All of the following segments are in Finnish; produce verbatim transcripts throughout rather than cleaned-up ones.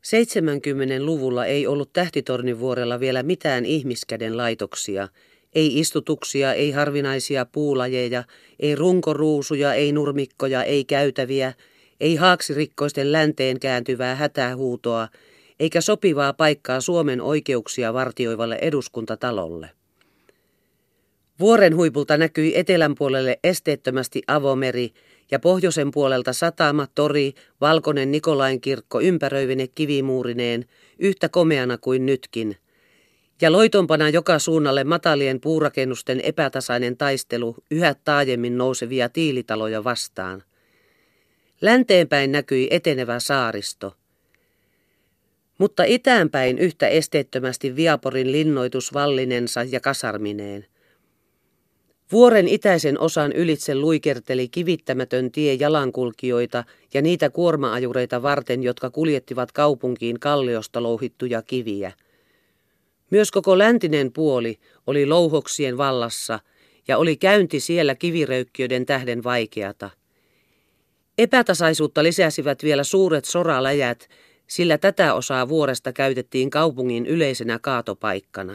Seitsemänkymmentäluvulla ei ollut Tähtitornivuorella vielä mitään ihmiskäden laitoksia, ei istutuksia, ei harvinaisia puulajeja, ei runkoruusuja, ei nurmikkoja, ei käytäviä, ei haaksirikkoisten länteen kääntyvää hätähuutoa, eikä sopivaa paikkaa Suomen oikeuksia vartioivalle eduskuntatalolle. Vuoren huipulta näkyi etelän puolelle esteettömästi avomeri ja pohjoisen puolelta satama, tori, valkoinen Nikolainkirkko ympäröivine kivimuurineen, yhtä komeana kuin nytkin. Ja loitompana joka suunnalle matalien puurakennusten epätasainen taistelu yhä taajemmin nousevia tiilitaloja vastaan. Länteenpäin näkyi etenevä saaristo. Mutta itäänpäin yhtä esteettömästi Viaporin linnoitus vallinensa ja kasarmineen. Vuoren itäisen osan ylitse luikerteli kivittämätön tie jalankulkijoita ja niitä kuorma-ajureita varten, jotka kuljettivat kaupunkiin kalliosta louhittuja kiviä. Myös koko läntinen puoli oli louhoksien vallassa ja oli käynti siellä kiviröykkiöiden tähden vaikeata. Epätasaisuutta lisäsivät vielä suuret soraläjät, sillä tätä osaa vuoresta käytettiin kaupungin yleisenä kaatopaikkana.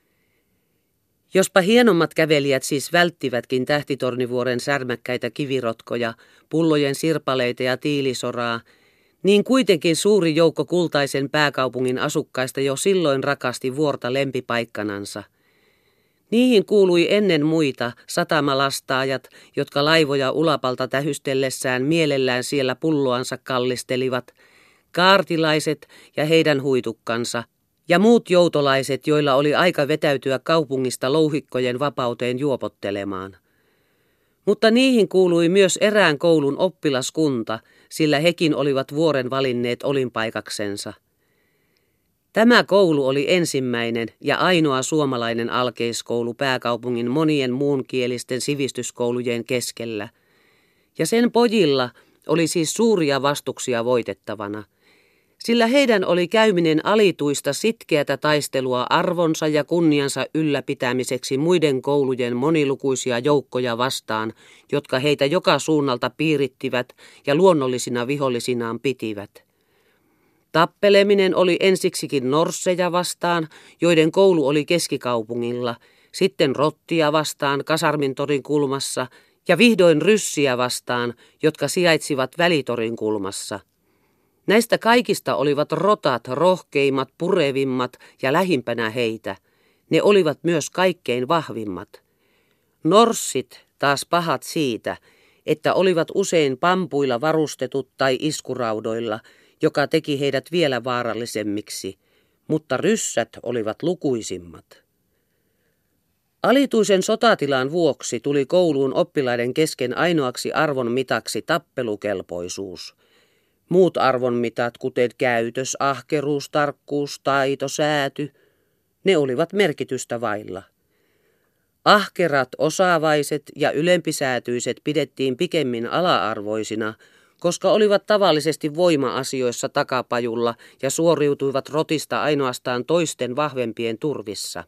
Jospa hienommat kävelijät siis välttivätkin Tähtitornivuoren särmäkkäitä kivirotkoja, pullojen sirpaleita ja tiilisoraa, niin kuitenkin suuri joukko kultaisen pääkaupungin asukkaista jo silloin rakasti vuorta lempipaikkanansa. Niihin kuului ennen muita satamalastaajat, jotka laivoja ulapalta tähystellessään mielellään siellä pulloansa kallistelivat, kaartilaiset ja heidän huitukkansa, ja muut joutolaiset, joilla oli aika vetäytyä kaupungista louhikkojen vapauteen juopottelemaan. Mutta niihin kuului myös erään koulun oppilaskunta, sillä hekin olivat vuoren valinneet olinpaikaksensa. Tämä koulu oli ensimmäinen ja ainoa suomalainen alkeiskoulu pääkaupungin monien muunkielisten sivistyskoulujen keskellä. Ja sen pojilla oli siis suuria vastuksia voitettavana, sillä heidän oli käyminen alituista sitkeätä taistelua arvonsa ja kunniansa ylläpitämiseksi muiden koulujen monilukuisia joukkoja vastaan, jotka heitä joka suunnalta piirittivät ja luonnollisina vihollisinaan pitivät. Tappeleminen oli ensiksikin norsseja vastaan, joiden koulu oli keskikaupungilla, sitten rottia vastaan Kasarmintorin kulmassa ja vihdoin ryssiä vastaan, jotka sijaitsivat Välitorin kulmassa. Näistä kaikista olivat rotat rohkeimmat, purevimmat ja lähimpänä heitä. Ne olivat myös kaikkein vahvimmat. Norssit taas pahat siitä, että olivat usein pampuilla varustetut tai iskuraudoilla, joka teki heidät vielä vaarallisemmiksi, mutta ryssät olivat lukuisimmat. Alituisen sotatilan vuoksi tuli kouluun oppilaiden kesken ainoaksi arvonmitaksi tappelukelpoisuus. Muut arvonmitat, kuten käytös, ahkeruus, tarkkuus, taito, sääty, ne olivat merkitystä vailla. Ahkerat, osaavaiset ja ylempisäätyiset pidettiin pikemmin ala-arvoisina, koska olivat tavallisesti voima-asioissa takapajulla ja suoriutuivat rotista ainoastaan toisten vahvempien turvissa.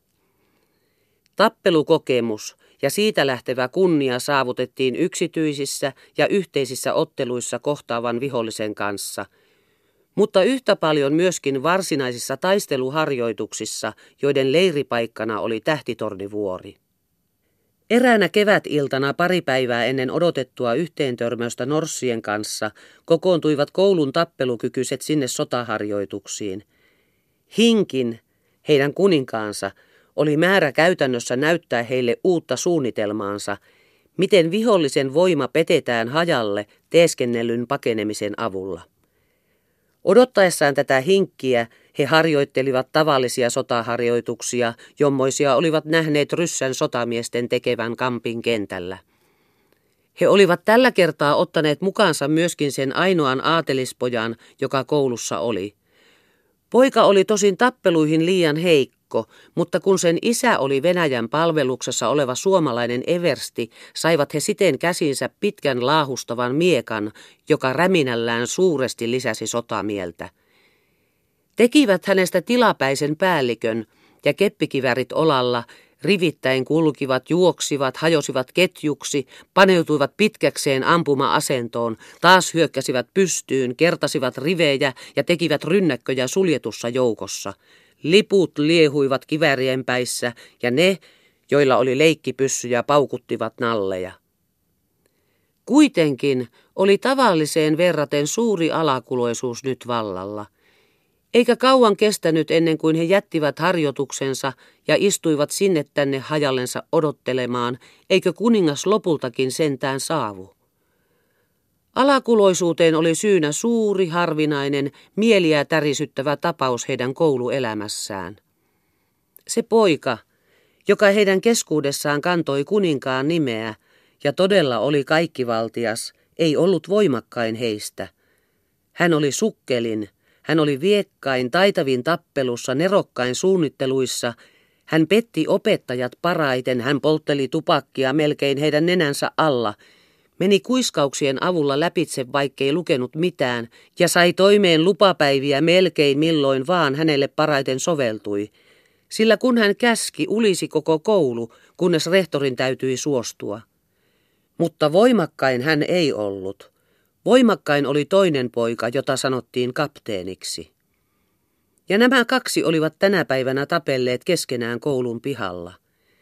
Tappelukokemus ja siitä lähtevä kunnia saavutettiin yksityisissä ja yhteisissä otteluissa kohtaavan vihollisen kanssa, mutta yhtä paljon myöskin varsinaisissa taisteluharjoituksissa, joiden leiripaikkana oli Tähtitornivuori. Eräänä kevätiltana pari päivää ennen odotettua yhteentörmäystä norssien kanssa kokoontuivat koulun tappelukykyiset sinne sotaharjoituksiin. Hinkin, heidän kuninkaansa, oli määrä käytännössä näyttää heille uutta suunnitelmaansa, miten vihollisen voima petetään hajalle teeskennellyn pakenemisen avulla. Odottaessaan tätä hinkkiä he harjoittelivat tavallisia sotaharjoituksia, jommoisia olivat nähneet ryssän sotamiesten tekevän Kampin kentällä. He olivat tällä kertaa ottaneet mukaansa myöskin sen ainoan aatelispojan, joka koulussa oli. Poika oli tosin tappeluihin liian heikko, mutta kun sen isä oli Venäjän palveluksessa oleva suomalainen eversti, saivat he siten käsinsä pitkän laahustavan miekan, joka räminällään suuresti lisäsi sotamieltä. Tekivät hänestä tilapäisen päällikön ja keppikivärit olalla, Rivittäin kulkivat, juoksivat, hajosivat ketjuksi, paneutuivat pitkäkseen ampuma-asentoon, taas hyökkäsivät pystyyn, kertasivat rivejä ja tekivät rynnäkköjä suljetussa joukossa. Liput liehuivat kiväärien päissä ja ne, joilla oli leikkipyssyjä, paukuttivat nalleja. Kuitenkin oli tavalliseen verraten suuri alakuloisuus nyt vallalla. Eikä kauan kestänyt ennen kuin he jättivät harjoituksensa ja istuivat sinne tänne hajallensa odottelemaan, eikö kuningas lopultakin sentään saavu. Alakuloisuuteen oli syynä suuri, harvinainen, mieliä tärisyttävä tapaus heidän kouluelämässään. Se poika, joka heidän keskuudessaan kantoi kuninkaan nimeä ja todella oli kaikkivaltias, ei ollut voimakkain heistä. Hän oli sukkelin. Hän oli viekkain, taitavin tappelussa, nerokkain suunnitteluissa. Hän petti opettajat paraiten, hän poltteli tupakkia melkein heidän nenänsä alla. Meni kuiskauksien avulla läpitse, vaikkei lukenut mitään, ja sai toimeen lupapäiviä melkein milloin vaan hänelle paraiten soveltui. Sillä kun hän käski, ulisi koko koulu, kunnes rehtorin täytyi suostua. Mutta voimakkain hän ei ollut. Voimakkain oli toinen poika, jota sanottiin kapteeniksi. Ja nämä kaksi olivat tänä päivänä tapelleet keskenään koulun pihalla.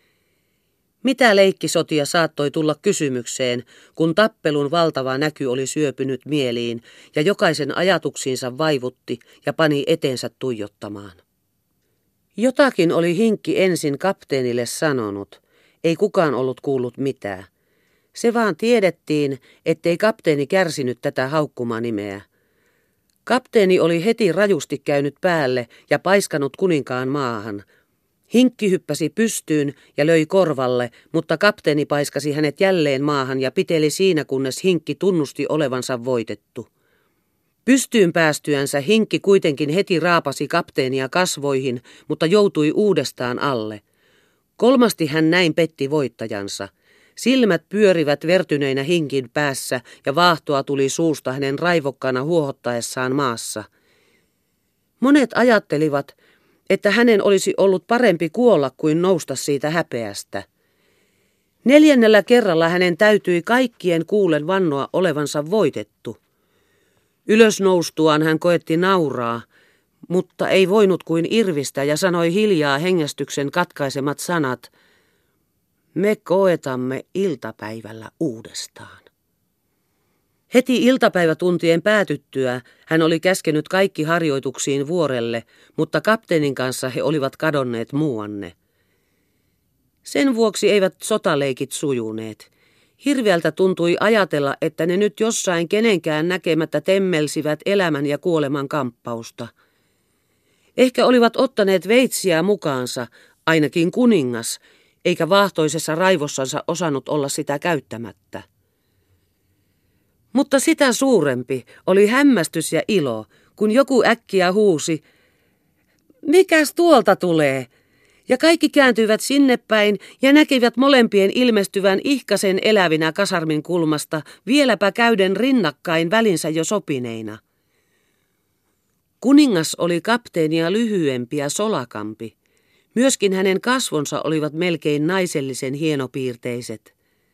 Mitä leikkisotia saattoi tulla kysymykseen, kun tappelun valtava näky oli syöpynyt mieliin ja jokaisen ajatuksiinsa vaivutti ja pani eteensä tuijottamaan. Jotakin oli hinkki ensin kapteenille sanonut, ei kukaan ollut kuullut mitään. Se vaan tiedettiin, ettei kapteeni kärsinyt tätä haukkumanimeä. Kapteeni oli heti rajusti käynyt päälle ja paiskanut kuninkaan maahan. Hinkki hyppäsi pystyyn ja löi korvalle, mutta kapteeni paiskasi hänet jälleen maahan ja piteli siinä, kunnes hinkki tunnusti olevansa voitettu. Pystyyn päästyänsä hinkki kuitenkin heti raapasi kapteenia kasvoihin, mutta joutui uudestaan alle. Kolmasti hän näin petti voittajansa. Silmät pyörivät vertyneinä hinkin päässä ja vaahtoa tuli suusta hänen raivokkaana huohottaessaan maassa. Monet ajattelivat, että hänen olisi ollut parempi kuolla kuin nousta siitä häpeästä. Neljännellä kerralla hänen täytyi kaikkien kuullen vannoa olevansa voitettu. Ylös noustuaan hän koetti nauraa, mutta ei voinut kuin irvistä ja sanoi hiljaa hengästyksen katkaisemat sanat: "Me koetamme iltapäivällä uudestaan." Heti iltapäivätuntien päätyttyä hän oli käskenyt kaikki harjoituksiin vuorelle, mutta kapteenin kanssa he olivat kadonneet muuanne. Sen vuoksi eivät sotaleikit sujuneet. Hirveältä tuntui ajatella, että ne nyt jossain kenenkään näkemättä temmelsivät elämän ja kuoleman kamppausta. Ehkä olivat ottaneet veitsiä mukaansa, ainakin kuningas, eikä vaahtoisessa raivossansa osannut olla sitä käyttämättä. Mutta sitä suurempi oli hämmästys ja ilo, kun joku äkkiä huusi: "Mikäs tuolta tulee?" Ja kaikki kääntyivät sinne päin ja näkivät molempien ilmestyvän ihkasen elävinä kasarmin kulmasta, vieläpä käyden rinnakkain välinsä jo sopineina. Kuningas oli kapteenia lyhyempi ja solakampi. Myöskin hänen kasvonsa olivat melkein naisellisen hienopiirteiset.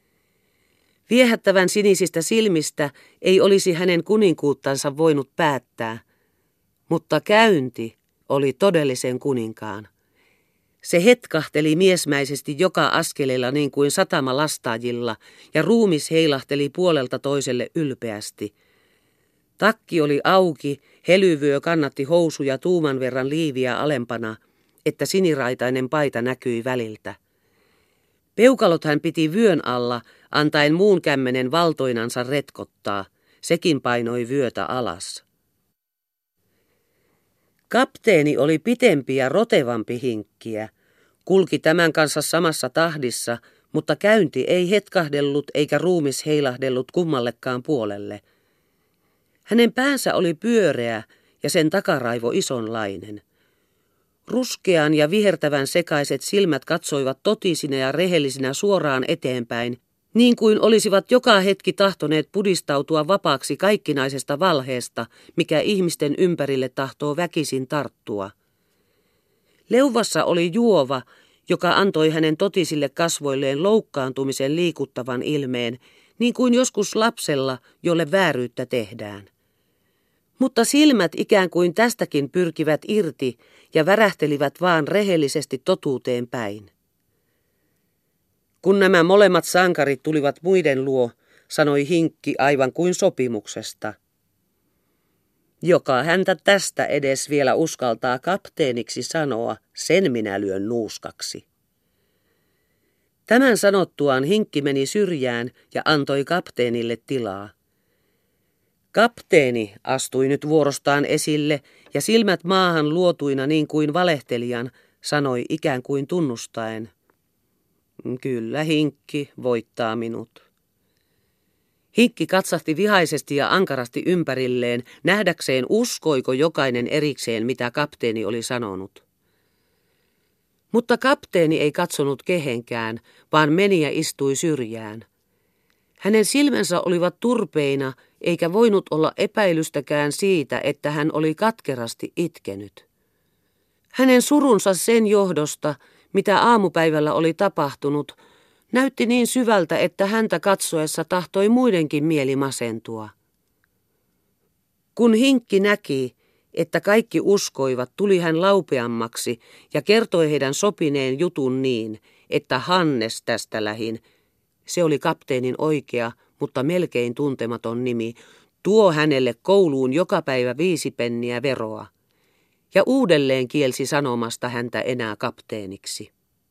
Viehättävän sinisistä silmistä ei olisi hänen kuninkuuttansa voinut päättää, mutta käynti oli todellisen kuninkaan. Se hetkahteli miesmäisesti joka askeleella niin kuin satamalastaajilla, ja ruumis heilahteli puolelta toiselle ylpeästi. Takki oli auki, helyvyö kannatti housuja tuuman verran liiviä alempana, että siniraitainen paita näkyi väliltä. Peukalot hän piti vyön alla, antaen muun kämmenen valtoinansa retkottaa. Sekin painoi vyötä alas. Kapteeni oli pitempi ja rotevampi hinkkiä. Kulki tämän kanssa samassa tahdissa, mutta käynti ei hetkahdellut eikä ruumis heilahdellut kummallekaan puolelle. Hänen päänsä oli pyöreä ja sen takaraivo isonlainen. Ruskean ja vihertävän sekaiset silmät katsoivat totisina ja rehellisinä suoraan eteenpäin, niin kuin olisivat joka hetki tahtoneet pudistautua vapaaksi kaikkinaisesta valheesta, mikä ihmisten ympärille tahtoo väkisin tarttua. Leuvassa oli juova, joka antoi hänen totisille kasvoilleen loukkaantumisen liikuttavan ilmeen, niin kuin joskus lapsella, jolle vääryyttä tehdään. Mutta silmät ikään kuin tästäkin pyrkivät irti ja värähtelivät vaan rehellisesti totuuteen päin. Kun nämä molemmat sankarit tulivat muiden luo, sanoi Hinkki aivan kuin sopimuksesta. Joka häntä tästä edes vielä uskaltaa kapteeniksi sanoa, sen minä lyön nuuskaksi. Tämän sanottuaan Hinkki meni syrjään ja antoi kapteenille tilaa. Kapteeni astui nyt vuorostaan esille ja silmät maahan luotuina niin kuin valehtelijan, sanoi ikään kuin tunnustaen. Kyllä Hinkki voittaa minut. Hinkki katsahti vihaisesti ja ankarasti ympärilleen, nähdäkseen uskoiko jokainen erikseen, mitä kapteeni oli sanonut. Mutta kapteeni ei katsonut kehenkään, vaan meni ja istui syrjään. Hänen silmänsä olivat turpeina, eikä voinut olla epäilystäkään siitä, että hän oli katkerasti itkenyt. Hänen surunsa sen johdosta, mitä aamupäivällä oli tapahtunut, näytti niin syvältä, että häntä katsoessa tahtoi muidenkin mieli masentua. Kun Hinkki näki, että kaikki uskoivat, tuli hän laupeammaksi ja kertoi heidän sopineen jutun niin, että Hannes tästä lähin, se oli kapteenin oikea, mutta melkein tuntematon nimi, tuo hänelle kouluun joka päivä viisi penniä veroa. Ja uudelleen kielsi sanomasta häntä enää kapteeniksi.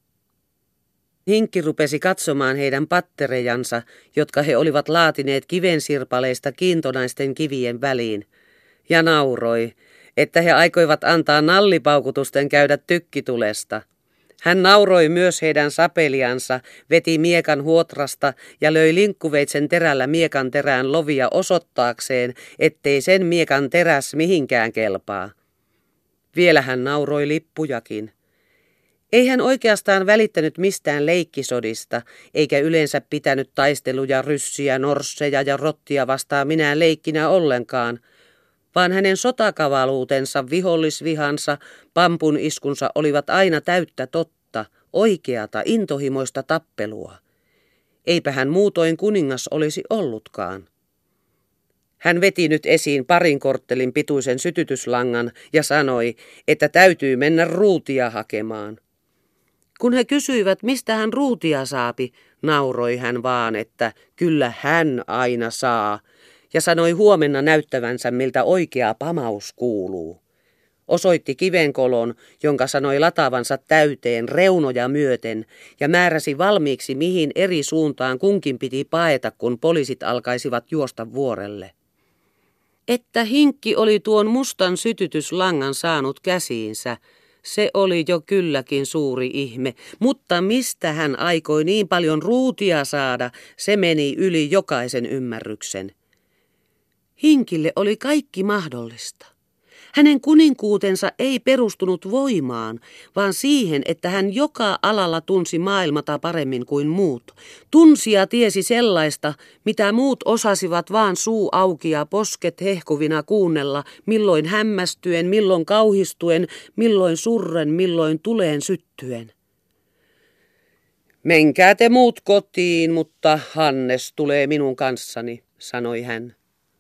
Hinkki rupesi katsomaan heidän patterejansa, jotka he olivat laatineet kivensirpaleista kiintonaisten kivien väliin, ja nauroi, että he aikoivat antaa nallipaukutusten käydä tykkitulesta. Hän nauroi myös heidän sapeliansa, veti miekan huotrasta ja löi linkkuveitsen terällä miekan terään lovia osoittaakseen, ettei sen miekan teräs mihinkään kelpaa. Vielä hän nauroi lippujakin. Ei hän oikeastaan välittänyt mistään leikkisodista, eikä yleensä pitänyt taisteluja, ryssiä, norsseja ja rottia vastaan minään leikkinä ollenkaan, vaan hänen sotakavaluutensa, vihollisvihansa, pampun iskunsa olivat aina täyttä totta, oikeata, intohimoista tappelua. Eipä hän muutoin kuningas olisi ollutkaan. Hän veti nyt esiin parin korttelin pituisen sytytyslangan ja sanoi, että täytyy mennä ruutia hakemaan. Kun he kysyivät, mistä hän ruutia saapi, nauroi hän vaan, että kyllä hän aina saa, ja sanoi huomenna näyttävänsä, miltä oikea pamaus kuuluu. Osoitti kivenkolon, jonka sanoi lataavansa täyteen reunoja myöten, ja määräsi valmiiksi, mihin eri suuntaan kunkin piti paeta, kun poliisit alkaisivat juosta vuorelle. Että Hinkki oli tuon mustan sytytyslangan saanut käsiinsä, se oli jo kylläkin suuri ihme, mutta mistä hän aikoi niin paljon ruutia saada, se meni yli jokaisen ymmärryksen. Hinkille oli kaikki mahdollista. Hänen kuninkuutensa ei perustunut voimaan, vaan siihen, että hän joka alalla tunsi maailmata paremmin kuin muut. Tunsi ja tiesi sellaista, mitä muut osasivat vaan suu auki ja posket hehkuvina kuunnella, milloin hämmästyen, milloin kauhistuen, milloin surren, milloin tuleen syttyen. Menkää te muut kotiin, mutta Hannes tulee minun kanssani, sanoi hän.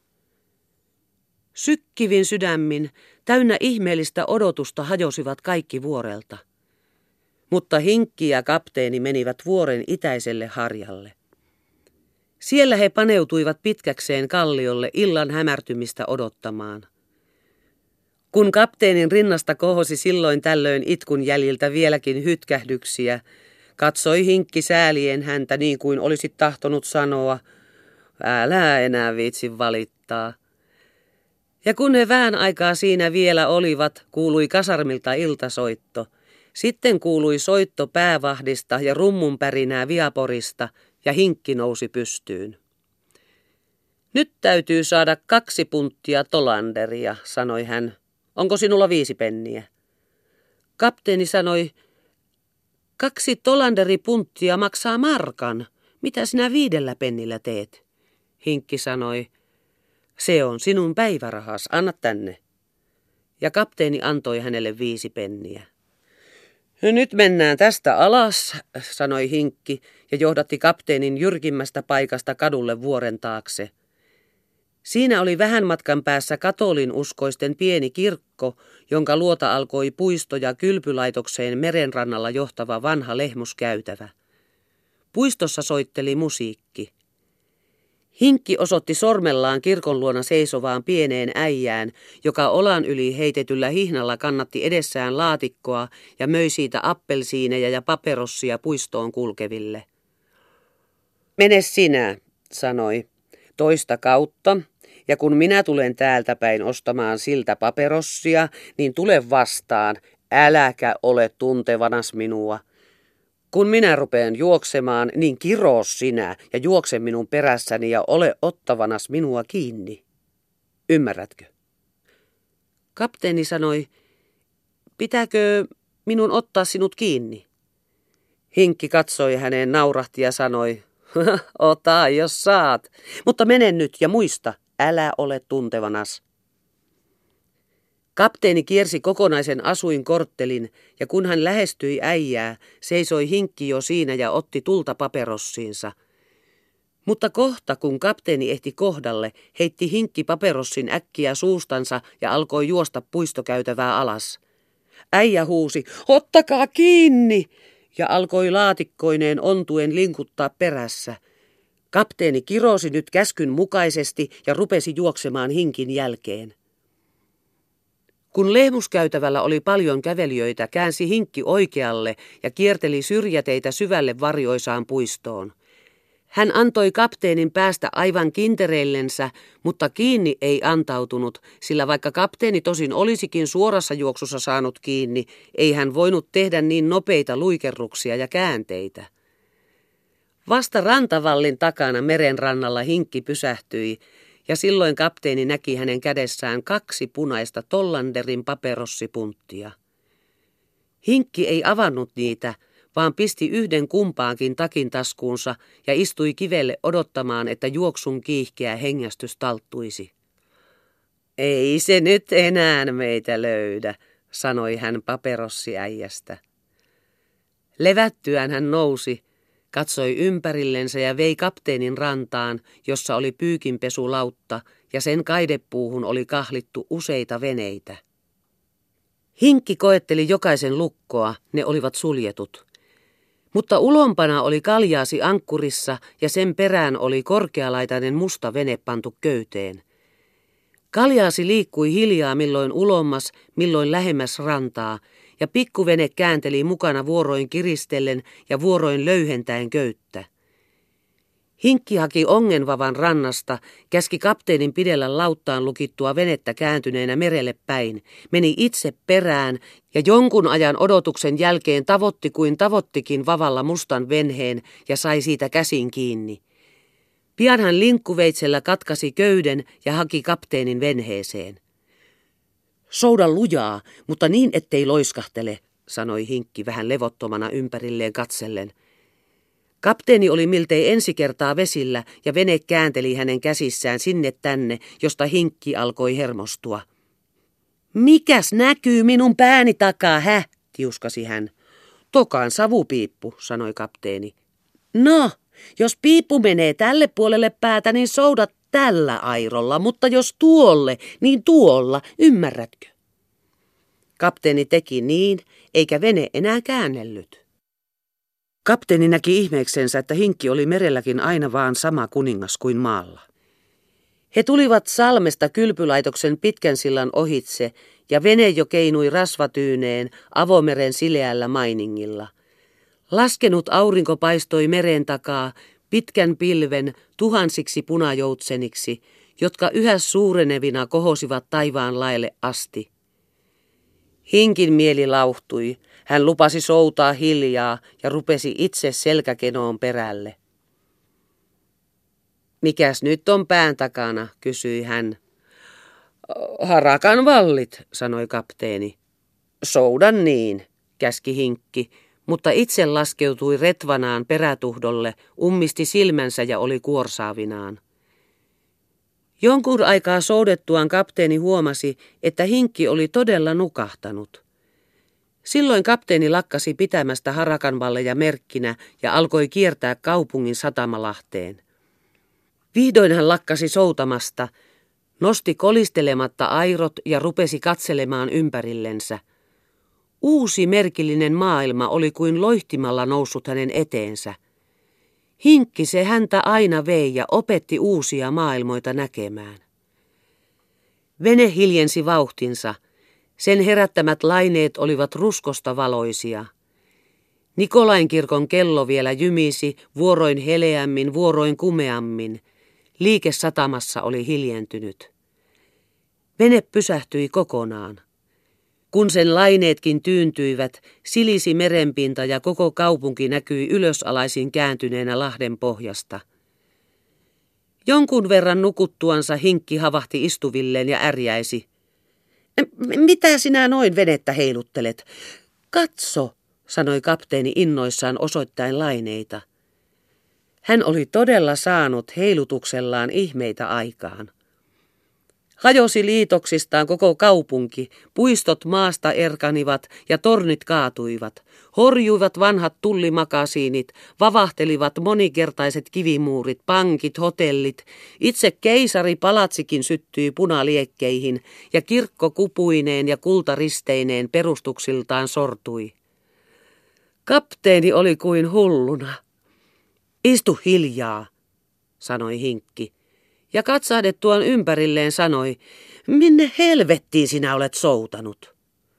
Sykkivin sydämin, täynnä ihmeellistä odotusta hajosivat kaikki vuorelta. Mutta Hinkki ja kapteeni menivät vuoren itäiselle harjalle. Siellä he paneutuivat pitkäkseen kalliolle illan hämärtymistä odottamaan. Kun kapteenin rinnasta kohosi silloin tällöin itkun jäljiltä vieläkin hytkähdyksiä, katsoi Hinkki säälien häntä niin kuin olisi tahtonut sanoa, älä enää viitsi valittaa. Ja kun he vähän aikaa siinä vielä olivat, kuului kasarmilta iltasoitto. Sitten kuului soitto päävahdista ja rummunpärinää Viaporista, ja Hinkki nousi pystyyn. Nyt täytyy saada kaksi punttia tolanderia, sanoi hän. Onko sinulla viisi penniä? Kapteeni sanoi, kaksi tolanderipunttia maksaa markan. Mitä sinä viidellä pennillä teet? Hinkki sanoi, se on sinun päivärahas, anna tänne. Ja kapteeni antoi hänelle viisi penniä. Nyt mennään tästä alas, sanoi Hinkki ja johdatti kapteenin jyrkimmästä paikasta kadulle vuoren taakse. Siinä oli vähän matkan päässä katolin uskoisten pieni kirkko, jonka luota alkoi puisto- ja kylpylaitokseen merenrannalla johtava vanha lehmuskäytävä. Puistossa soitteli musiikki. Hinkki osoitti sormellaan kirkon luona seisovaan pieneen äijään, joka olan yli heitetyllä hihnalla kannatti edessään laatikkoa ja möi siitä appelsiineja ja paperossia puistoon kulkeville. Mene sinä, sanoi, toista kautta, ja kun minä tulen täältä päin ostamaan siltä paperossia, niin tule vastaan, äläkä ole tuntevanas minua. Kun minä rupean juoksemaan, niin kiroo sinä ja juokse minun perässäni ja ole ottavanas minua kiinni. Ymmärrätkö? Kapteeni sanoi, pitääkö minun ottaa sinut kiinni? Hinkki katsoi häneen, naurahti ja sanoi, ota jos saat, mutta mene nyt ja muista, älä ole tuntevanas. Kapteeni kiersi kokonaisen asuinkorttelin, ja kun hän lähestyi äijää, seisoi Hinkki jo siinä ja otti tulta paperossiinsa. Mutta kohta, kun kapteeni ehti kohdalle, heitti Hinkki paperossin äkkiä suustansa ja alkoi juosta puistokäytävää alas. Äijä huusi, ottakaa kiinni! Ja alkoi laatikkoineen ontuen linkuttaa perässä. Kapteeni kirosi nyt käskyn mukaisesti ja rupesi juoksemaan Hinkin jälkeen. Kun lehmuskäytävällä oli paljon kävelijöitä, käänsi Hinkki oikealle ja kierteli syrjäteitä syvälle varjoisaan puistoon. Hän antoi kapteenin päästä aivan kintereillensä, mutta kiinni ei antautunut, sillä vaikka kapteeni tosin olisikin suorassa juoksussa saanut kiinni, ei hän voinut tehdä niin nopeita luikerruksia ja käänteitä. Vasta rantavallin takana merenrannalla Hinkki pysähtyi, ja silloin kapteeni näki hänen kädessään kaksi punaista Tollanderin paperossipunttia. Hinkki ei avannut niitä, vaan pisti yhden kumpaankin takin taskuunsa ja istui kivelle odottamaan, että juoksun kiihkeä hengästys talttuisi. Ei se nyt enää meitä löydä, sanoi hän paperossiäijästä. Levättyään hän nousi, katsoi ympärillensä ja vei kapteenin rantaan, jossa oli pyykinpesulautta ja sen kaidepuuhun oli kahlittu useita veneitä. Hinkki koetteli jokaisen lukkoa, ne olivat suljetut. Mutta ulompana oli kaljaasi ankkurissa ja sen perään oli korkealaitainen musta vene pantu köyteen. Kaljaasi liikkui hiljaa milloin ulommas, milloin lähemmäs rantaa, ja pikkuvene käänteli mukana vuoroin kiristellen ja vuoroin löyhentäen köyttä. Hinkki haki ongenvavan rannasta, käski kapteenin pidellä lauttaan lukittua venettä kääntyneenä merelle päin, meni itse perään ja jonkun ajan odotuksen jälkeen tavoitti kuin tavoittikin vavalla mustan venheen ja sai siitä käsin kiinni. Pian hän linkkuveitsellä katkasi köyden ja haki kapteenin venheeseen. Souda lujaa, mutta niin ettei loiskahtele, sanoi Hinkki vähän levottomana ympärilleen katsellen. Kapteeni oli miltei ensi kertaa vesillä ja vene käänteli hänen käsissään sinne tänne, josta Hinkki alkoi hermostua. Mikäs näkyy minun pääni takaa, häh? Tiuskasi hän. Tokaan savupiippu, sanoi kapteeni. No, jos piippu menee tälle puolelle päätä, niin soudat tällä airolla, mutta jos tuolle, niin tuolla, ymmärrätkö? Kapteeni teki niin, eikä vene enää käännellyt. Kapteeni näki ihmeeksensä, että Hinkki oli merelläkin aina vaan sama kuningas kuin maalla. He tulivat salmesta kylpylaitoksen pitkän sillan ohitse, ja vene jo keinui rasvatyyneen avomeren sileällä mainingilla. Laskenut aurinko paistoi meren takaa pitkän pilven tuhansiksi punajoutseniksi, jotka yhä suurenevina kohosivat taivaan laelle asti. Hinkin mieli lauhtui. Hän lupasi soutaa hiljaa ja rupesi itse selkäkenoon perälle. Mikäs nyt on pään takana, kysyi hän. Harakan vallit, sanoi kapteeni. Soudan niin, käski Hinkki, mutta itse laskeutui retvanaan perätuhdolle, ummisti silmänsä ja oli kuorsaavinaan. Jonkun aikaa soudettuaan kapteeni huomasi, että Hinkki oli todella nukahtanut. Silloin kapteeni lakkasi pitämästä harakanvalleja merkkinä ja alkoi kiertää kaupungin satamalahteen. Vihdoin hän lakkasi soutamasta, nosti kolistelematta airot ja rupesi katselemaan ympärillensä. Uusi merkillinen maailma oli kuin loihtimalla noussut hänen eteensä. Hinkki se häntä aina vei ja opetti uusia maailmoita näkemään. Vene hiljensi vauhtinsa. Sen herättämät laineet olivat ruskosta valoisia. Nikolainkirkon kello vielä jymisi, vuoroin heleämmin, vuoroin kumeammin. Liike satamassa oli hiljentynyt. Vene pysähtyi kokonaan. Kun sen laineetkin tyyntyivät, silisi merenpinta ja koko kaupunki näkyi ylösalaisin kääntyneenä lahden pohjasta. Jonkun verran nukuttuansa Hinkki havahti istuvilleen ja ärjäisi. Mitä sinä noin venettä heiluttelet? Katso, sanoi kapteeni innoissaan osoittaen laineita. Hän oli todella saanut heilutuksellaan ihmeitä aikaan. Hajosi liitoksistaan koko kaupunki, puistot maasta erkanivat ja tornit kaatuivat. Horjuivat vanhat tullimakasiinit, vavahtelivat monikertaiset kivimuurit, pankit, hotellit. Itse keisari palatsikin syttyi punaliekkeihin ja kirkko kupuineen ja kultaristeineen perustuksiltaan sortui. Kapteeni oli kuin hulluna. Istu hiljaa, sanoi Hinkki. Ja katsahdettuaan ympärilleen sanoi, minne helvettiin sinä olet soutanut?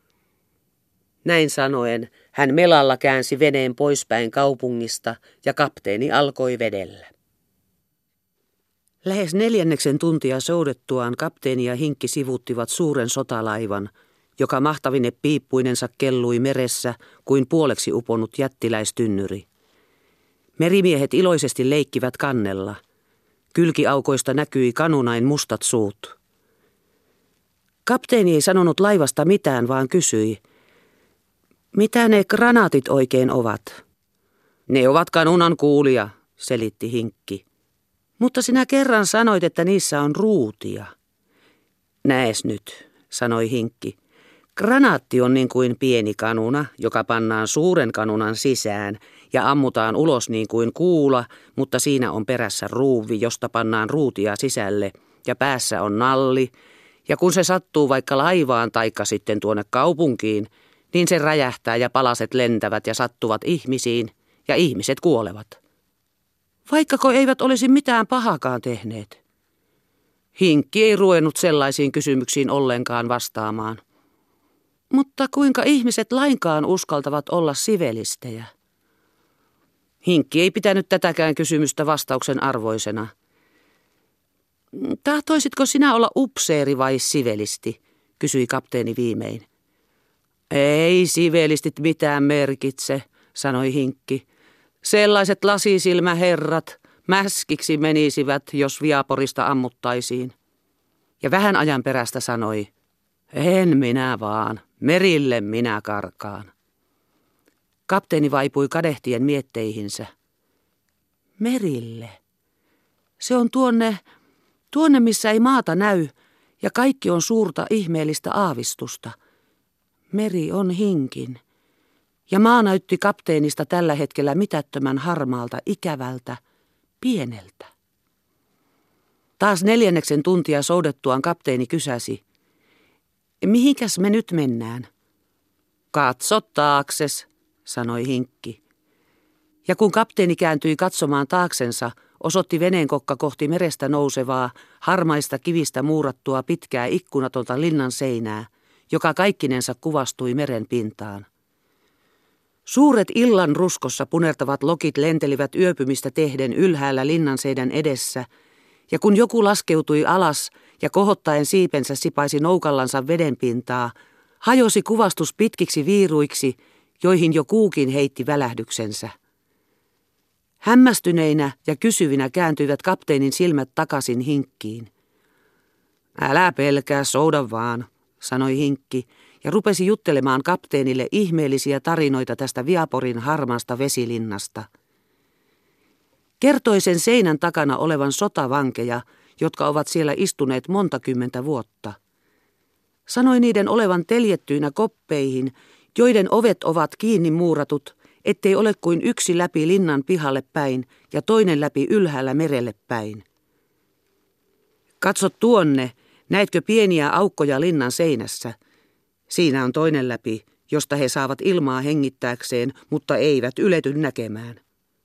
Näin sanoen hän melalla käänsi veneen poispäin kaupungista ja kapteeni alkoi vedellä. Lähes neljänneksen tuntia soudettuaan kapteeni ja Hinkki sivuttivat suuren sotalaivan, joka mahtavine piippuinensa kellui meressä kuin puoleksi uponut jättiläistynnyri. Merimiehet iloisesti leikkivät kannella. Kylkiaukoista näkyi kanunain mustat suut. Kapteeni ei sanonut laivasta mitään, vaan kysyi, mitä ne granaatit oikein ovat? Ne ovat kanunan kuulia, selitti Hinkki. Mutta sinä kerran sanoit, että niissä on ruutia. Näes nyt, sanoi Hinkki. Granaatti on niin kuin pieni kanuna, joka pannaan suuren kanunan sisään ja ammutaan ulos niin kuin kuula, mutta siinä on perässä ruuvi, josta pannaan ruutia sisälle ja päässä on nalli. Ja kun se sattuu vaikka laivaan taikka sitten tuonne kaupunkiin, niin se räjähtää ja palaset lentävät ja sattuvat ihmisiin ja ihmiset kuolevat. Vaikkako eivät olisi mitään pahakaan tehneet. Hinkki ei ruvennut sellaisiin kysymyksiin ollenkaan vastaamaan. Mutta kuinka ihmiset lainkaan uskaltavat olla sivelistejä? Hinkki ei pitänyt tätäkään kysymystä vastauksen arvoisena. Tahtoisitko sinä olla upseeri vai sivelisti, kysyi kapteeni viimein. Ei sivelistit mitään merkitse, sanoi Hinkki. Sellaiset lasisilmäherrat mäskiksi menisivät, jos Viaporista ammuttaisiin. Ja vähän ajan perästä sanoi, en minä vaan, merille minä karkaan. Kapteeni vaipui kadehtien mietteihinsä. Merille. Se on tuonne, tuonne missä ei maata näy, ja kaikki on suurta ihmeellistä aavistusta. Meri on Hinkin. Ja maa näytti kapteenista tällä hetkellä mitättömän harmaalta, ikävältä, pieneltä. Taas neljänneksen tuntia soudettuaan kapteeni kysäsi, mihinkäs me nyt mennään? Katso taakses, sanoi Hinkki. Ja kun kapteeni kääntyi katsomaan taaksensa, osoitti veneenkokka kohti merestä nousevaa, harmaista kivistä muurattua pitkää ikkunatonta linnan seinää, joka kaikkinensa kuvastui meren pintaan. Suuret illan ruskossa punertavat lokit lentelivät yöpymistä tehden ylhäällä linnanseinän edessä, ja kun joku laskeutui alas ja kohottaen siipensä sipaisi noukallansa vedenpintaa, hajosi kuvastus pitkiksi viiruiksi, joihin jo kuukin heitti välähdyksensä. Hämmästyneinä ja kysyvinä kääntyivät kapteenin silmät takaisin Hinkkiin. Älä pelkää, souda vaan, sanoi Hinkki ja rupesi juttelemaan kapteenille ihmeellisiä tarinoita tästä Viaporin harmaasta vesilinnasta. Kertoi sen seinän takana olevan sotavankeja, jotka ovat siellä istuneet monta kymmentä vuotta. Sanoi niiden olevan teljettyinä koppeihin, joiden ovet ovat kiinni muuratut, ettei ole kuin yksi läpi linnan pihalle päin ja toinen läpi ylhäällä merelle päin. Katso tuonne, näetkö pieniä aukkoja linnan seinässä? Siinä on toinen läpi, josta he saavat ilmaa hengittääkseen, mutta eivät ylety näkemään.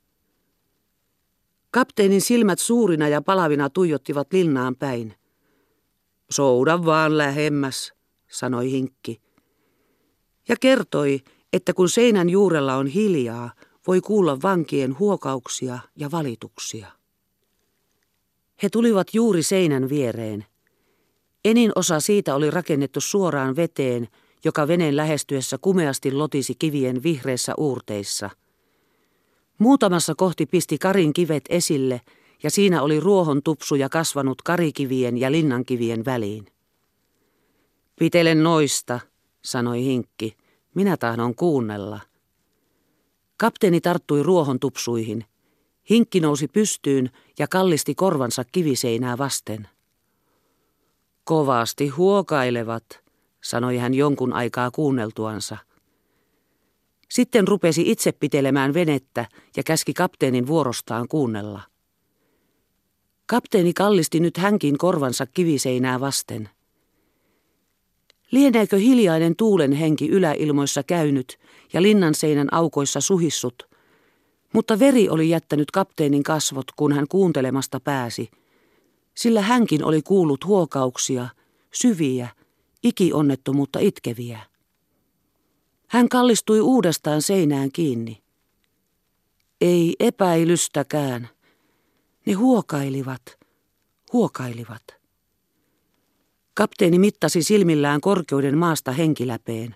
Kapteenin silmät suurina ja palavina tuijottivat linnaan päin. Souda vaan lähemmäs, sanoi hinkki. Ja kertoi, että kun seinän juurella on hiljaa, voi kuulla vankien huokauksia ja valituksia. He tulivat juuri seinän viereen. Enin osa siitä oli rakennettu suoraan veteen, joka veneen lähestyessä kumeasti lotisi kivien vihreissä uurteissa. Muutamassa kohti pisti Karin kivet esille, ja siinä oli ruohon tupsuja kasvanut karikivien ja linnankivien väliin. Pitele noista, sanoi hinkki, minä tahdon kuunnella. Kapteeni tarttui ruohon tupsuihin. Hinkki nousi pystyyn ja kallisti korvansa kiviseinää vasten. Kovasti huokailevat, sanoi hän jonkun aikaa kuunneltuansa. Sitten rupesi itse pitelemään venettä ja käski kapteenin vuorostaan kuunnella. Kapteeni kallisti nyt hänkin korvansa kiviseinää vasten. Lieneekö hiljainen tuulen henki yläilmoissa käynyt ja linnan seinän aukoissa suhissut, mutta veri oli jättänyt kapteenin kasvot, kun hän kuuntelemasta pääsi, sillä hänkin oli kuullut huokauksia, syviä, ikionnettomuutta itkeviä. Hän kallistui uudestaan seinään kiinni. Ei epäilystäkään. Ne huokailivat, huokailivat. Kapteeni mittasi silmillään korkeuden maasta henkiläpeen.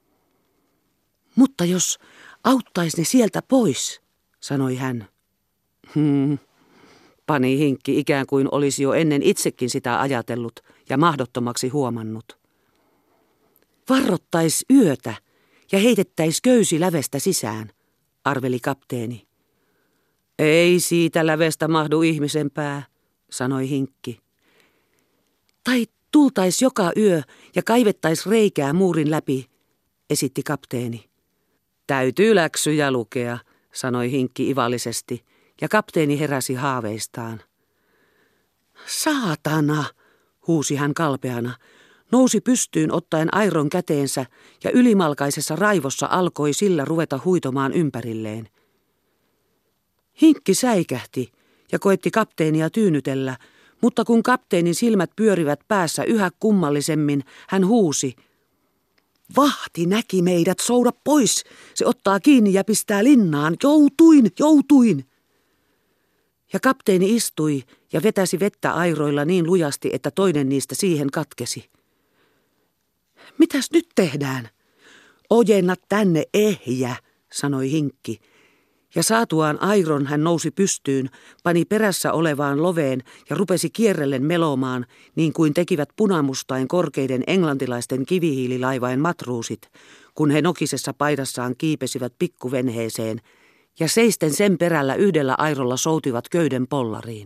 Mutta jos auttaisi ne sieltä pois, sanoi hän. Hmm, pani hinkki ikään kuin olisi jo ennen itsekin sitä ajatellut ja mahdottomaksi huomannut. Varrottais yötä ja heitettäis köysi lävestä sisään, arveli kapteeni. Ei siitä lävestä mahdu ihmisen pää, sanoi hinkki. Tai tultais joka yö ja kaivettais reikää muurin läpi, esitti kapteeni. Täytyy läksyjä lukea, sanoi hinkki ivallisesti, ja kapteeni heräsi haaveistaan. Saatana, huusi hän kalpeana, nousi pystyyn ottaen airon käteensä ja ylimalkaisessa raivossa alkoi sillä ruveta huitomaan ympärilleen. Hinkki säikähti ja koetti kapteenia tyynytellä, mutta kun kapteenin silmät pyörivät päässä yhä kummallisemmin, hän huusi. Vahti näki meidät, souda pois, se ottaa kiinni ja pistää linnaan, joutuin, joutuin. Ja kapteeni istui ja vetäsi vettä airoilla niin lujasti, että toinen niistä siihen katkesi. Mitäs nyt tehdään? Ojenna tänne ehjä, sanoi hinkki. Ja saatuaan airon hän nousi pystyyn, pani perässä olevaan loveen ja rupesi kierrellen melomaan, niin kuin tekivät punamustain korkeiden englantilaisten kivihiililaivain matruusit, kun he nokisessa paidassaan kiipesivät pikkuvenheeseen, ja seisten sen perällä yhdellä airolla soutivat köyden pollariin.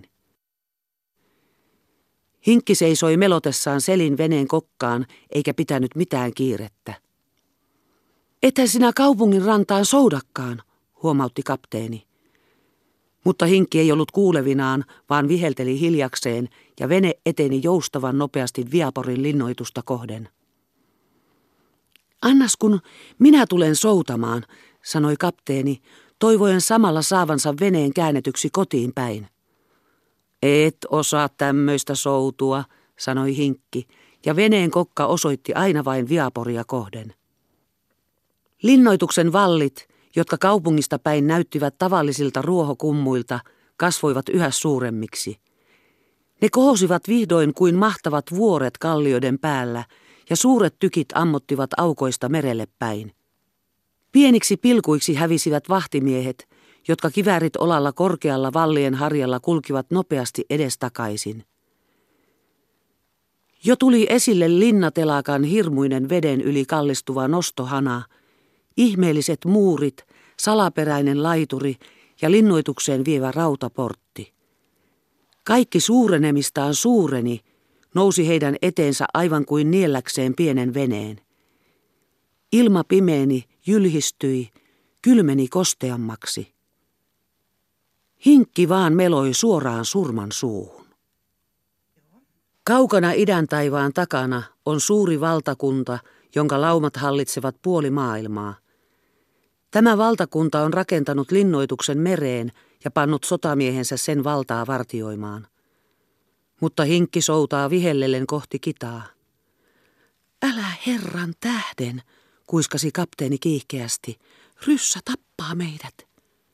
Hinkki seisoi melotessaan selin veneen kokkaan, eikä pitänyt mitään kiirettä. Ethän sinä kaupungin rantaan soudakkaan, huomautti kapteeni. Mutta hinkki ei ollut kuulevinaan, vaan vihelteli hiljakseen ja vene eteni joustavan nopeasti Viaporin linnoitusta kohden. Annas kun minä tulen soutamaan, sanoi kapteeni, toivoen samalla saavansa veneen käännetyksi kotiin päin. Et osaa tämmöistä soutua, sanoi hinkki, ja veneen kokka osoitti aina vain Viaporia kohden. Linnoituksen vallit, jotka kaupungista päin näyttivät tavallisilta ruohokummuilta, kasvoivat yhä suuremmiksi. Ne kohosivat vihdoin kuin mahtavat vuoret kallioiden päällä, ja suuret tykit ammottivat aukoista merelle päin. Pieniksi pilkuiksi hävisivät vahtimiehet, jotka kiväärit olalla korkealla vallien harjalla kulkivat nopeasti edestakaisin. Jo tuli esille linnatelakan hirmuinen veden yli kallistuva nostohana, ihmeelliset muurit, salaperäinen laituri ja linnoitukseen vievä rautaportti. Kaikki suurenemistaan suureni, nousi heidän eteensä aivan kuin nielläkseen pienen veneen. Ilma pimeeni, jylhistyi, kylmeni kosteammaksi. Hinkki vaan meloi suoraan surman suuhun. Kaukana idän taivaan takana on suuri valtakunta, jonka laumat hallitsevat puoli maailmaa. Tämä valtakunta on rakentanut linnoituksen mereen ja pannut sotamiehensä sen valtaa vartioimaan. Mutta hinkki soutaa vihellellen kohti kitaa. Älä herran tähden, kuiskasi kapteeni kiihkeästi. Ryssä tappaa meidät.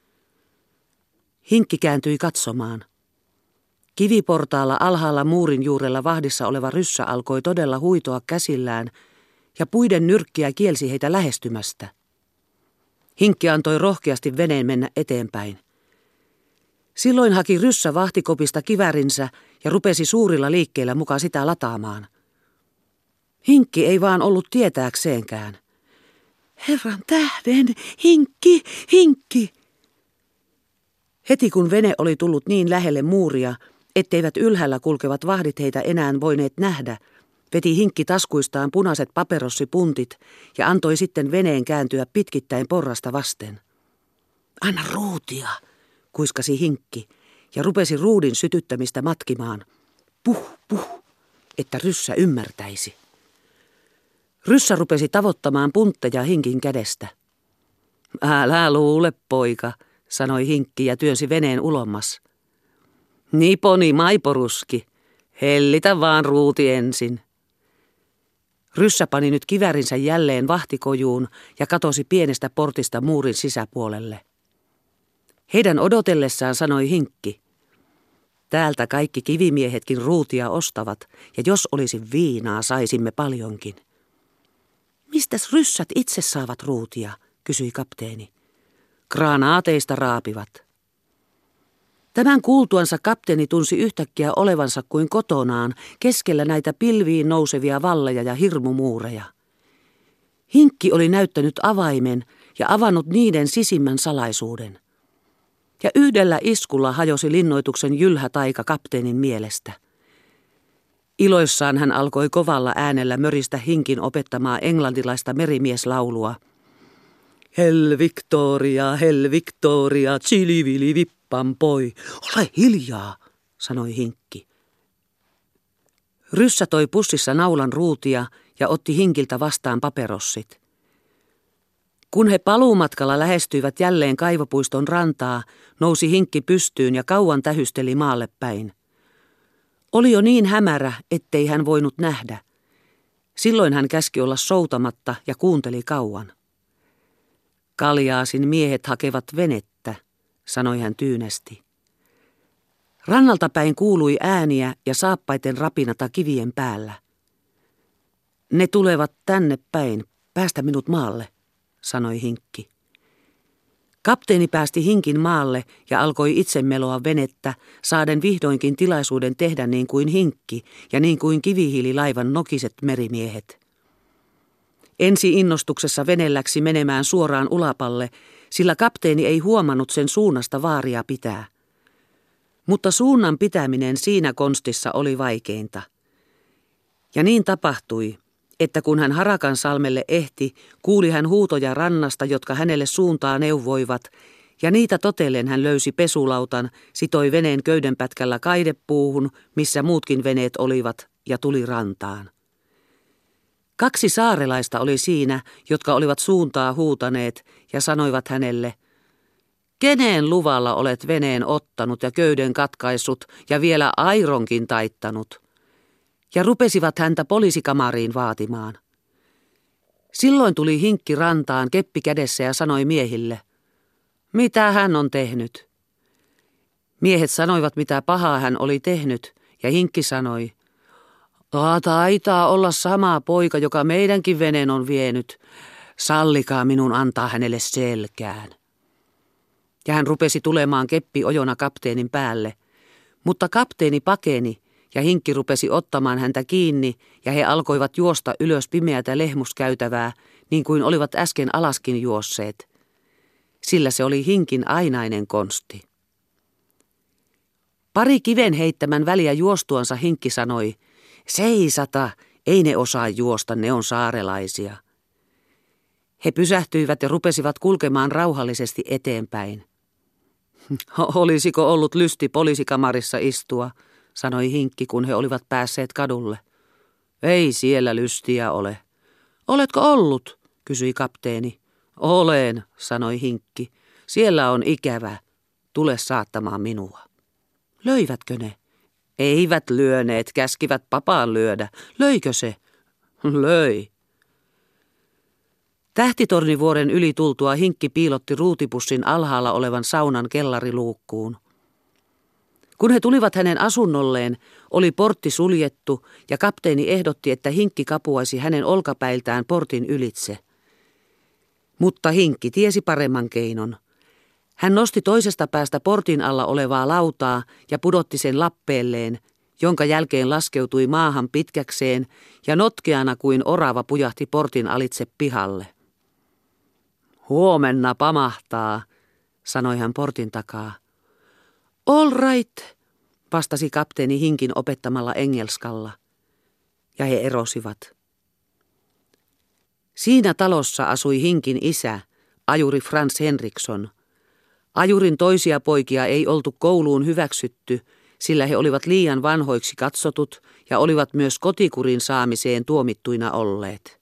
Hinkki kääntyi katsomaan. Kiviportaalla alhaalla muurin juurella vahdissa oleva ryssä alkoi todella huitoa käsillään ja puiden nyrkkiä kielsi heitä lähestymästä. Hinkki antoi rohkeasti veneen mennä eteenpäin. Silloin haki ryssä vahtikopista kivärinsä ja rupesi suurilla liikkeillä mukaan sitä lataamaan. Hinkki ei vaan ollut tietääkseenkään. Herran tähden, hinkki, hinkki! Heti kun vene oli tullut niin lähelle muuria, etteivät ylhäällä kulkevat vahdit heitä enää voineet nähdä, veti hinkki taskuistaan punaiset paperossipuntit ja antoi sitten veneen kääntyä pitkittäin porrasta vasten. Anna ruutia, kuiskasi hinkki ja rupesi ruudin sytyttämistä matkimaan. Puh, puh, että ryssä ymmärtäisi. Ryssä rupesi tavoittamaan puntteja hinkin kädestä. Älä luule, poika, sanoi hinkki ja työnsi veneen ulommas. Niponi maiporuski, hellitä vaan ruuti ensin. Ryssä pani nyt kivärinsä jälleen vahtikojuun ja katosi pienestä portista muurin sisäpuolelle. Heidän odotellessaan sanoi hinkki. Täältä kaikki kivimiehetkin ruutia ostavat, ja jos olisi viinaa, saisimme paljonkin. Mistäs ryssät itse saavat ruutia, kysyi kapteeni. Granaateista raapivat. Tämän kuultuansa kapteeni tunsi yhtäkkiä olevansa kuin kotonaan keskellä näitä pilviin nousevia valleja ja hirmumuureja. Hinkki oli näyttänyt avaimen ja avannut niiden sisimmän salaisuuden. Ja yhdellä iskulla hajosi linnoituksen jylhä taika kapteenin mielestä. Iloissaan hän alkoi kovalla äänellä möristä hinkin opettamaa englantilaista merimieslaulua. Hell Victoria, hell Victoria, chilivili vippan poi. Ole hiljaa, sanoi hinkki. Ryssä toi pussissa naulan ruutia ja otti hinkiltä vastaan paperossit. Kun he paluumatkalla lähestyivät jälleen kaivopuiston rantaa, nousi hinkki pystyyn ja kauan tähysteli maalle päin. Oli jo niin hämärä, ettei hän voinut nähdä. Silloin hän käski olla soutamatta ja kuunteli kauan. Kaljaasin miehet hakevat venettä, sanoi hän tyynesti. Rannalta päin kuului ääniä ja saappaiden rapinata kivien päällä. Ne tulevat tänne päin, päästä minut maalle, sanoi hinkki. Kapteeni päästi hinkin maalle ja alkoi itse meloa venettä, saaden vihdoinkin tilaisuuden tehdä niin kuin hinkki ja niin kuin kivihiililaivan nokiset merimiehet. Ensi innostuksessa vene läksi menemään suoraan ulapalle, sillä kapteeni ei huomannut sen suunnasta vaaria pitää. Mutta suunnan pitäminen siinä konstissa oli vaikeinta. Ja niin tapahtui, että kun hän Harakansalmelle ehti, kuuli hän huutoja rannasta, jotka hänelle suuntaa neuvoivat, ja niitä totellen hän löysi pesulautan, sitoi veneen köydenpätkällä kaidepuuhun, missä muutkin veneet olivat, ja tuli rantaan. Kaksi saarelaista oli siinä, jotka olivat suuntaa huutaneet, ja sanoivat hänelle, kenen luvalla olet veneen ottanut ja köyden katkaissut, ja vielä aironkin taittanut? Ja rupesivat häntä poliisikamariin vaatimaan. Silloin tuli hinkki rantaan keppi kädessä ja sanoi miehille, mitä hän on tehnyt? Miehet sanoivat, mitä pahaa hän oli tehnyt, ja hinkki sanoi, taitaa olla sama poika, joka meidänkin veneen on vienyt. Sallikaa minun antaa hänelle selkään. Ja hän rupesi tulemaan keppi ojona kapteenin päälle, mutta kapteeni pakeni, ja hinkki rupesi ottamaan häntä kiinni, ja he alkoivat juosta ylös pimeätä lehmuskäytävää, niin kuin olivat äsken alaskin juosseet. Sillä se oli hinkin ainainen konsti. Pari kiven heittämän väliä juostuansa hinkki sanoi, seisata, ei ne osaa juosta, ne on saarelaisia. He pysähtyivät ja rupesivat kulkemaan rauhallisesti eteenpäin. Olisiko ollut lysti poliisikamarissa istua, sanoi Hinkki, kun he olivat päässeet kadulle. Ei siellä lystiä ole. Oletko ollut, kysyi kapteeni. Olen, sanoi Hinkki. Siellä on ikävä. Tule saattamaan minua. Löivätkö ne? Eivät lyöneet, käskivät papaan lyödä. Löikö se? Löi. Tähtitornivuoren yli tultua Hinkki piilotti ruutipussin alhaalla olevan saunan kellariluukkuun. Kun he tulivat hänen asunnolleen, oli portti suljettu ja kapteeni ehdotti, että Hinkki kapuaisi hänen olkapäiltään portin ylitse. Mutta Hinkki tiesi paremman keinon. Hän nosti toisesta päästä portin alla olevaa lautaa ja pudotti sen lappeelleen, jonka jälkeen laskeutui maahan pitkäkseen ja notkeana kuin orava pujahti portin alitse pihalle. Huomenna pamahtaa, sanoi hän portin takaa. All right, vastasi kapteeni Hinkin opettamalla engelskalla. Ja he erosivat. Siinä talossa asui Hinkin isä, ajuri Frans Henriksson. Ajurin toisia poikia ei oltu kouluun hyväksytty, sillä he olivat liian vanhoiksi katsotut ja olivat myös kotikurin saamiseen tuomittuina olleet.